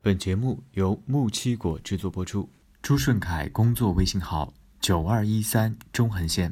本节目由木七果制作播出。朱顺凯工作微信号9213中横线。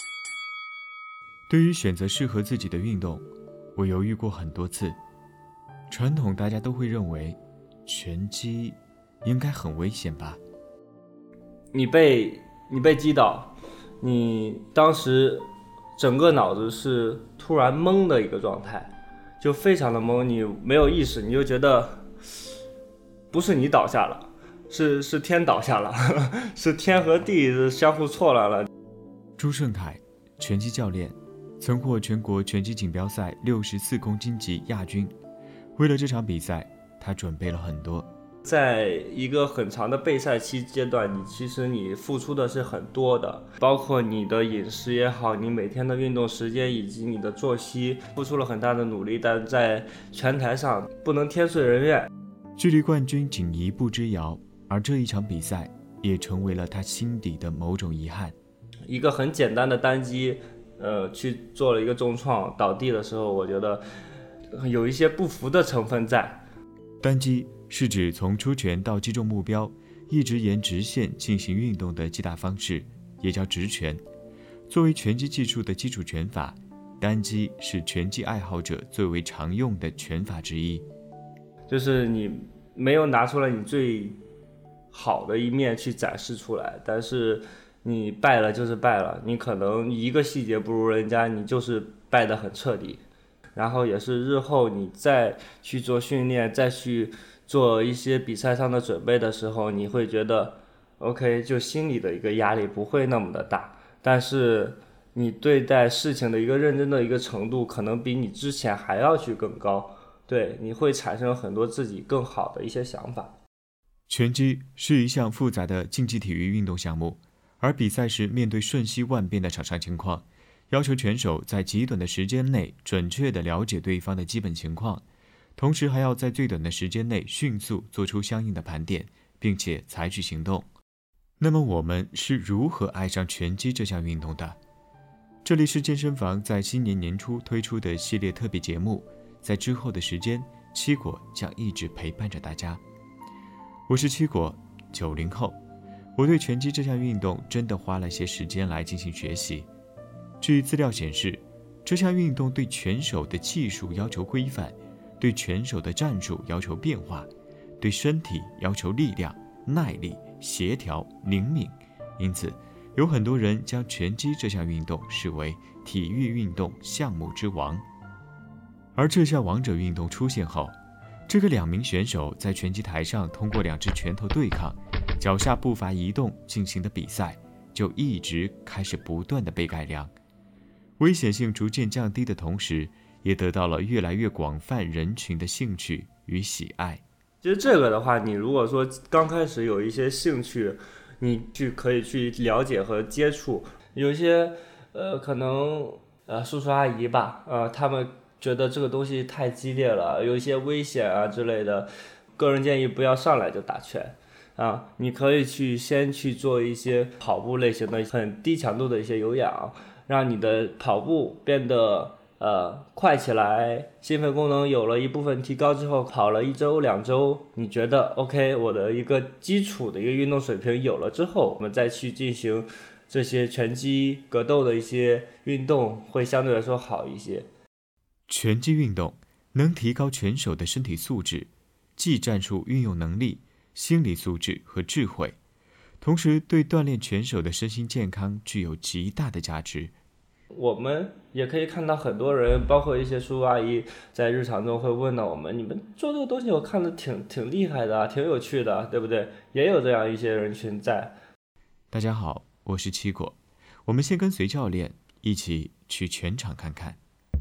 对于选择适合自己的运动，我犹豫过很多次。传统大家都会认为拳击应该很危险吧？ 你被击倒，你当时整个脑子是突然懵的一个状态，就非常的懵，你没有意识，你就觉得不是你倒下了，是天倒下了，是天和地相互错乱了。 朱顺凯，拳击教练，曾获全国拳击锦标赛64公斤级亚军。为了这场比赛，他准备了很多。 在一个很长的备赛期阶段，其实你付出的是很多的，包括你的饮食也好，你每天的运动时间以及你的作息，付出了很大的努力，但在拳台上不能天遂人愿。 距离冠军仅一步之遥，而这一场比赛也成为了他心底的某种遗憾。 一个很简单的单击，去做了一个重创，倒地的时候，我觉得有一些不服的成分在。 单击是指从出拳到击中目标，一直沿直线进行运动的击打方式，也叫直拳。作为拳击技术的基础拳法，单击是拳击爱好者最为常用的拳法之一。 就是你没有拿出来你最好的一面去展示出来，但是你败了就是败了，你可能一个细节不如人家，你就是败得很彻底。然后也是日后你再去做训练，再去做一些比赛上的准备的时候，你会觉得 OK， 就心里的一个压力不会那么的大，但是你对待事情的一个认真的一个程度可能比你之前还要去更高。对，你会产生很多自己更好的一些想法。 拳击是一项复杂的竞技体育运动项目，而比赛时面对瞬息万变的场上情况，要求拳手在极短的时间内准确地了解对方的基本情况，同时还要在最短的时间内迅速做出相应的盘点，并且采取行动。那么我们是如何爱上拳击这项运动的？这里是健身房在新年年初推出的系列特别节目，在之后的时间，七果将一直陪伴着大家。我是七果，90后，我对拳击这项运动真的花了些时间来进行学习。据资料显示，这项运动对拳手的技术要求规范，对拳手的战术要求变化，对身体要求力量、耐力、协调、灵敏。因此，有很多人将拳击这项运动视为体育运动项目之王。而这项王者运动出现后，这个2名选手在拳击台上通过2只拳头对抗，脚下步伐移动进行的比赛，就一直开始不断的被改良。危险性逐渐降低的同时，也得到了越来越广泛人群的兴趣与喜爱。 其实这个的话，你如果说刚开始有一些兴趣，你可以去了解和接触。有一些可能叔叔阿姨吧，他们觉得这个东西太激烈了，有一些危险啊之类的，个人建议不要上来就打拳啊，你可以先去做一些跑步类型的很低强度的一些有氧，让你的跑步变得快起来，心肺功能有了一部分提高之后，跑了1周2周，你觉得 OK， 我的一个基础的一个运动水平有了之后，我们再去进行这些拳击格斗的一些运动，会相对来说好一些。 拳击运动能提高拳手的身体素质、技战术运用能力、心理素质和智慧，同时对锻炼拳手的身心健康具有极大的价值。 我们也可以看到很多人，包括一些叔叔阿姨，在日常中会问到我们：你们做这个东西，我看着挺厉害的，挺有趣的，对不对？也有这样一些人群在。 大家好，我是七果，我们先跟随教练一起去拳场看看。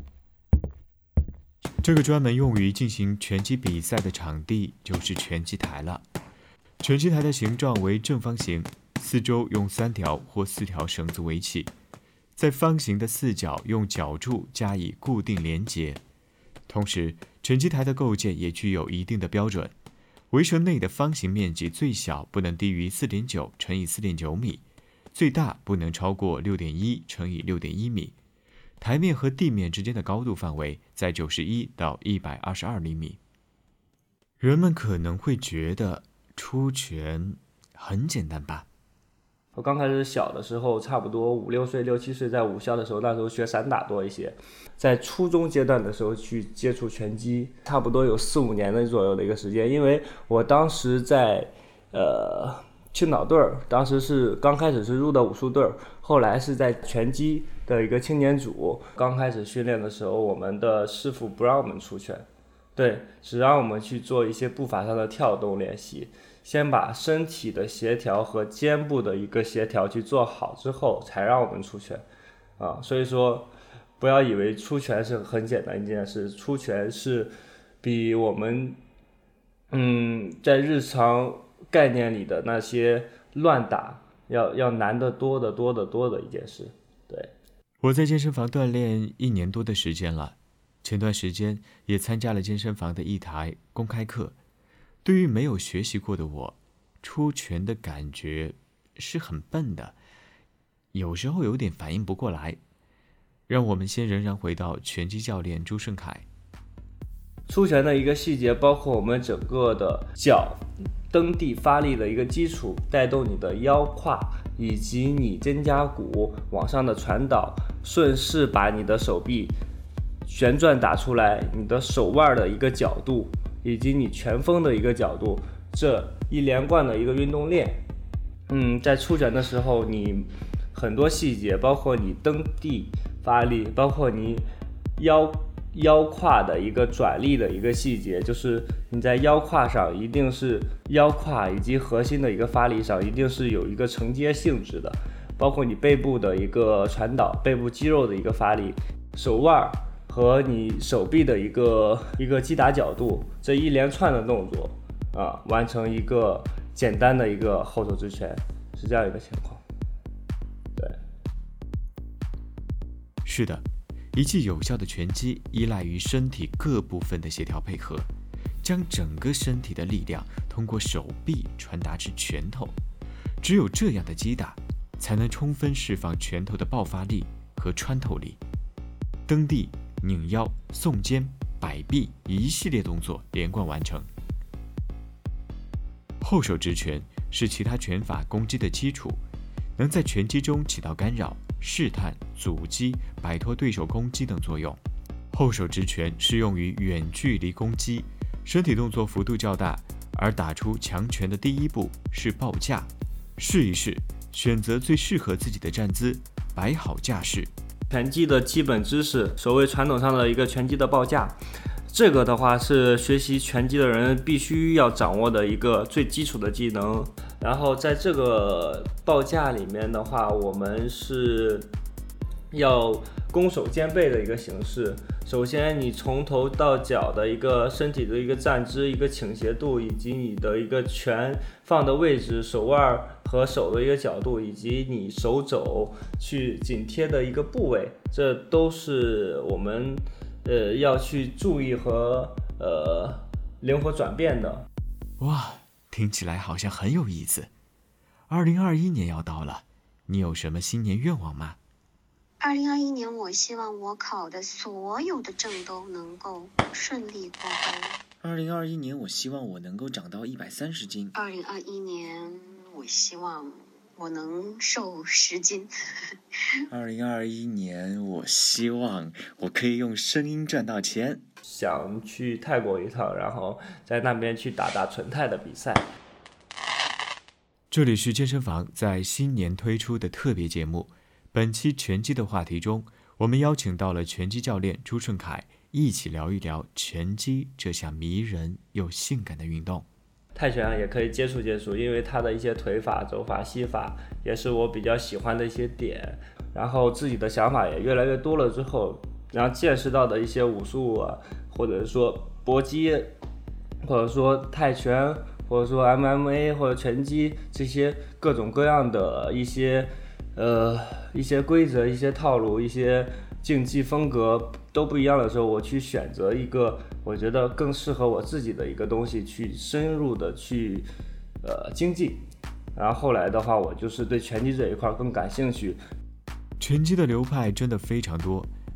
这个专门用于进行拳击比赛的场地就是拳击台了。拳击台的形状为正方形，四周用3条或4条绳子围起，在方形的4角用脚柱加以固定连结。同时，拳击台的构建也具有一定的标准，围绳内的方形面积最小不能低于 4.9 乘以 4.9 米，最大不能超过 6.1 乘以 6.1 米。台面和地面之间的高度范围在91到122厘米。 人们可能会觉得出拳很简单吧？ 我刚开始小的时候，差不多5、6岁、6、7岁，在武校的时候，那时候学散打多一些。在初中阶段的时候去接触拳击，差不多有4、5年的左右的一个时间。因为我当时在青岛队儿，当时是刚开始是入的武术队儿，后来是在拳击的一个青年组。刚开始训练的时候，我们的师傅不让我们出拳，对，只让我们去做一些步伐上的跳动练习。先把身体的协调和肩部的一个协调去做好之后，才让我们出拳所以说不要以为出拳是很简单一件事，出拳是比我们在日常概念里的那些乱打要难得多得多得多的一件事。对， 我在健身房锻炼1年多的时间了，前段时间也参加了健身房的一台公开课。对于没有学习过的我，出拳的感觉是很笨的，有时候有点反应不过来。让我们先仍然回到拳击教练朱顺凯。 出拳的一个细节包括我们整个的脚蹬地发力的一个基础，带动你的腰胯以及你肩胛骨往上的传导，顺势把你的手臂旋转打出来，你的手腕的一个角度以及你拳锋的一个角度，这一连贯的一个运动链。在出拳的时候，你很多细节，包括你蹬地发力，包括你腰胯的一个转力的一个细节，就是你在腰胯上一定是腰胯以及核心的一个发力上一定是有一个承接性质的，包括你背部的一个传导，背部肌肉的一个发力，手腕和你手臂的一个击打角度，这一连串的动作完成一个简单的一个后手直拳，是这样一个情况。对， 是的，一记有效的拳击依赖于身体各部分的协调配合，将整个身体的力量通过手臂传达至拳头。只有这样的击打，才能充分释放拳头的爆发力和穿透力。蹬地、拧腰、送肩、摆臂一系列动作连贯完成。后手直拳是其他拳法攻击的基础，能在拳击中起到干扰、试探、阻击、摆脱对手攻击等作用。后手直拳适用于远距离攻击，身体动作幅度较大，而打出强拳的第一步是抱架。试一试，选择最适合自己的站姿，摆好架势。 拳击的基本知识，所谓传统上的一个拳击的抱架，这个的话是学习拳击的人必须要掌握的一个最基础的技能。然后在这个抱架里面的话，我们是要攻守兼备的一个形式。首先你从头到脚的一个身体的一个站姿、一个倾斜度，以及你的一个拳放的位置、手腕和手的一个角度，以及你手肘去紧贴的一个部位，这都是我们要去注意和灵活转变的。 哇，听起来好像很有意思。2021年要到了，你有什么新年愿望吗 ？2021年，我希望我考的所有的证都能够顺利过关。 2021年，我希望我能够长到130斤。 2021年，我希望我能瘦10斤。 2021年，我希望我可以用声音赚到钱。 想去泰国一趟，然后在那边去打纯泰的比赛。 这里是健身房在新年推出的特别节目。本期拳击的话题中，我们邀请到了拳击教练朱顺凯，一起聊一聊拳击这项迷人又性感的运动。 泰拳也可以接触接触，因为它的一些腿法、肘法、膝法也是我比较喜欢的一些点。然后自己的想法也越来越多了之后，然后见识到的一些武术或者说搏击，或者说泰拳，或者说 MMA 或者拳击，这些各种各样的一些规则、一些套路、一些竞技风格都不一样的时候，我去选择一个我觉得更适合我自己的一个东西，去深入的去精进。然后后来的话，我就是对拳击这一块更感兴趣。 拳击的流派真的非常多，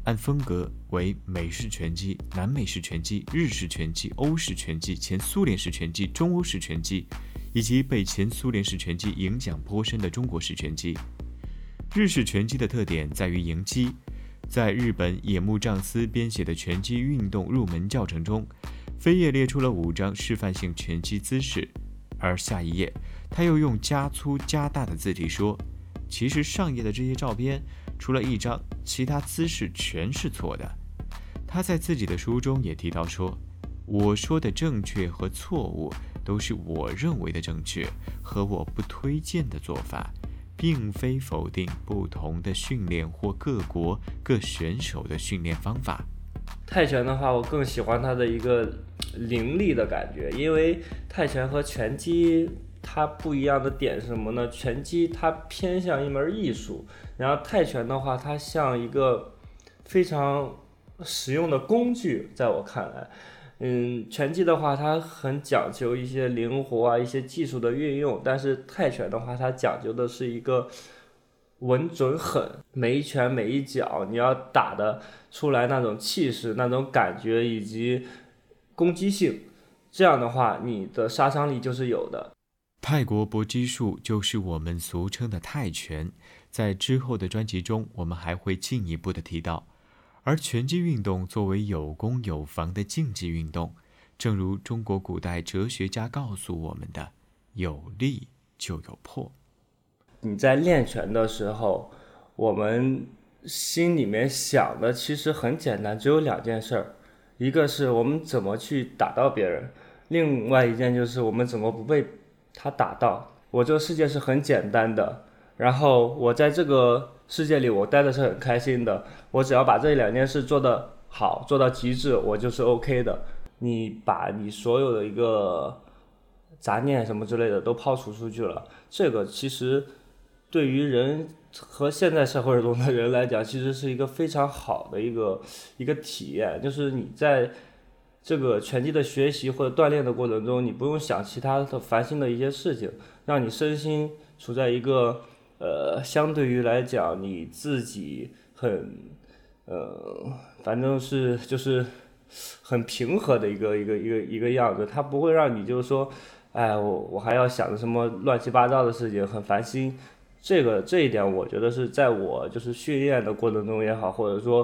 按风格为美式拳击、南美式拳击、日式拳击、欧式拳击、前苏联式拳击、中欧式拳击，以及被前苏联式拳击影响颇深的中国式拳击。日式拳击的特点在于迎击，在日本野木丈司编写的拳击运动入门教程中，扉页列出了5张示范性拳击姿势，而下一页他又用加粗加大的字体说，其实上页的这些照片除了1张，其他姿势全是错的。他在自己的书中也提到说，我说的正确和错误都是我认为的正确和我不推荐的做法，并非否定不同的训练或各国各选手的训练方法。 泰拳的话，我更喜欢它的一个凌厉的感觉，因为泰拳和拳击它不一样的点是什么呢？拳击它偏向一门艺术，然后泰拳的话，它像一个非常实用的工具，在我看来。拳击的话，它很讲究一些灵活啊，一些技术的运用，但是泰拳的话，它讲究的是一个稳准狠，每一拳每一脚你要打得出来那种气势、那种感觉以及攻击性，这样的话，你的杀伤力就是有的。 泰国搏击术就是我们俗称的泰拳，在之后的专辑中，我们还会进一步的提到。而拳击运动作为有攻有防的竞技运动，正如中国古代哲学家告诉我们的，有力就有破。 你在练拳的时候，我们心里面想的其实很简单，只有2件事儿，一个是我们怎么去打到别人，另外一件就是我们怎么不被他打到。我这个世界是很简单的，然后我在这个世界里我待的是很开心的，我只要把这2件事做得好，做到极致，我就是 OK 的。你把你所有的一个杂念什么之类的都抛除出去了，这个其实对于人和现在社会中的人来讲，其实是一个非常好的一个体验，就是你在这个拳击的学习或者锻炼的过程中，你不用想其他的烦心的一些事情，让你身心处在一个相对于来讲你自己很反正是就是很平和的一个样子，它不会让你就是说，哎，我还要想着什么乱七八糟的事情，很烦心。这一点，我觉得是在我就是训练的过程中也好，或者说，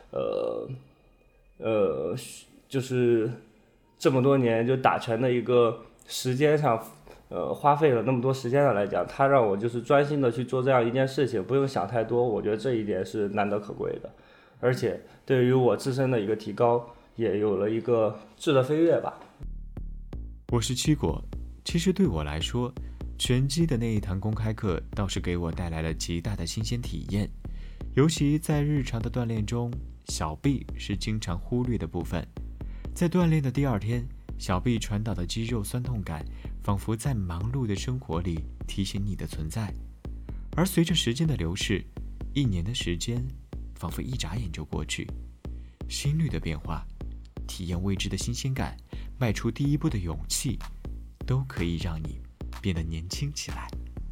就是这么多年就打拳的一个时间上，花费了那么多时间上来讲，它让我就是专心的去做这样一件事情，不用想太多。我觉得这一点是难得可贵的，而且对于我自身的一个提高，也有了一个质的飞跃吧。 我是七果，其实对我来说，拳击的那一堂公开课倒是给我带来了极大的新鲜体验，尤其在日常的锻炼中，小臂是经常忽略的部分。在锻炼的第2天，小臂传导的肌肉酸痛感，仿佛在忙碌的生活里提醒你的存在。而随着时间的流逝，1年的时间仿佛一眨眼就过去，心率的变化，体验未知的新鲜感，迈出第一步的勇气，都可以让你变得年轻起来。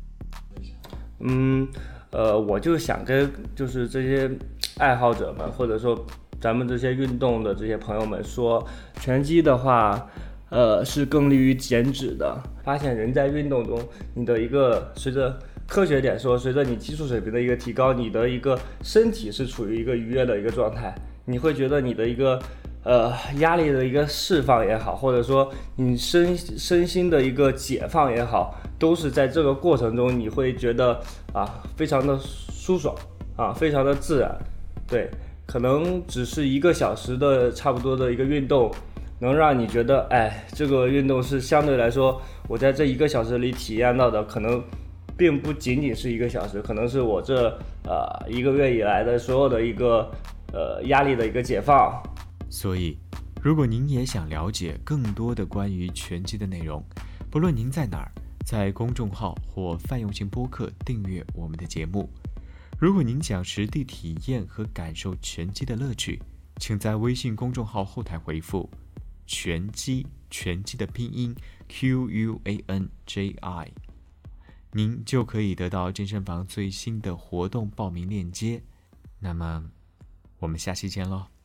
我就想跟就是这些爱好者们，或者说咱们这些运动的这些朋友们说，拳击的话，是更利于减脂的。发现人在运动中，你的一个随着科学点说，随着你技术水平的一个提高，你的一个身体是处于一个愉悦的一个状态，你会觉得你的一个压力的一个释放也好，或者说你身心的一个解放也好，都是在这个过程中你会觉得非常的舒爽非常的自然。对，可能只是1个小时的差不多的一个运动，能让你觉得这个运动是相对来说我在这1个小时里体验到的，可能并不仅仅是1个小时，可能是我这1个月以来的所有的一个压力的一个解放。 所以如果您也想了解更多的关于拳击的内容，不论您在哪儿，在公众号或泛用型播客订阅我们的节目。如果您想实地体验和感受拳击的乐趣，请在微信公众号后台回复拳击，拳击的拼音 QUANJI， 您就可以得到健身房最新的活动报名链接。那么我们下期见喽。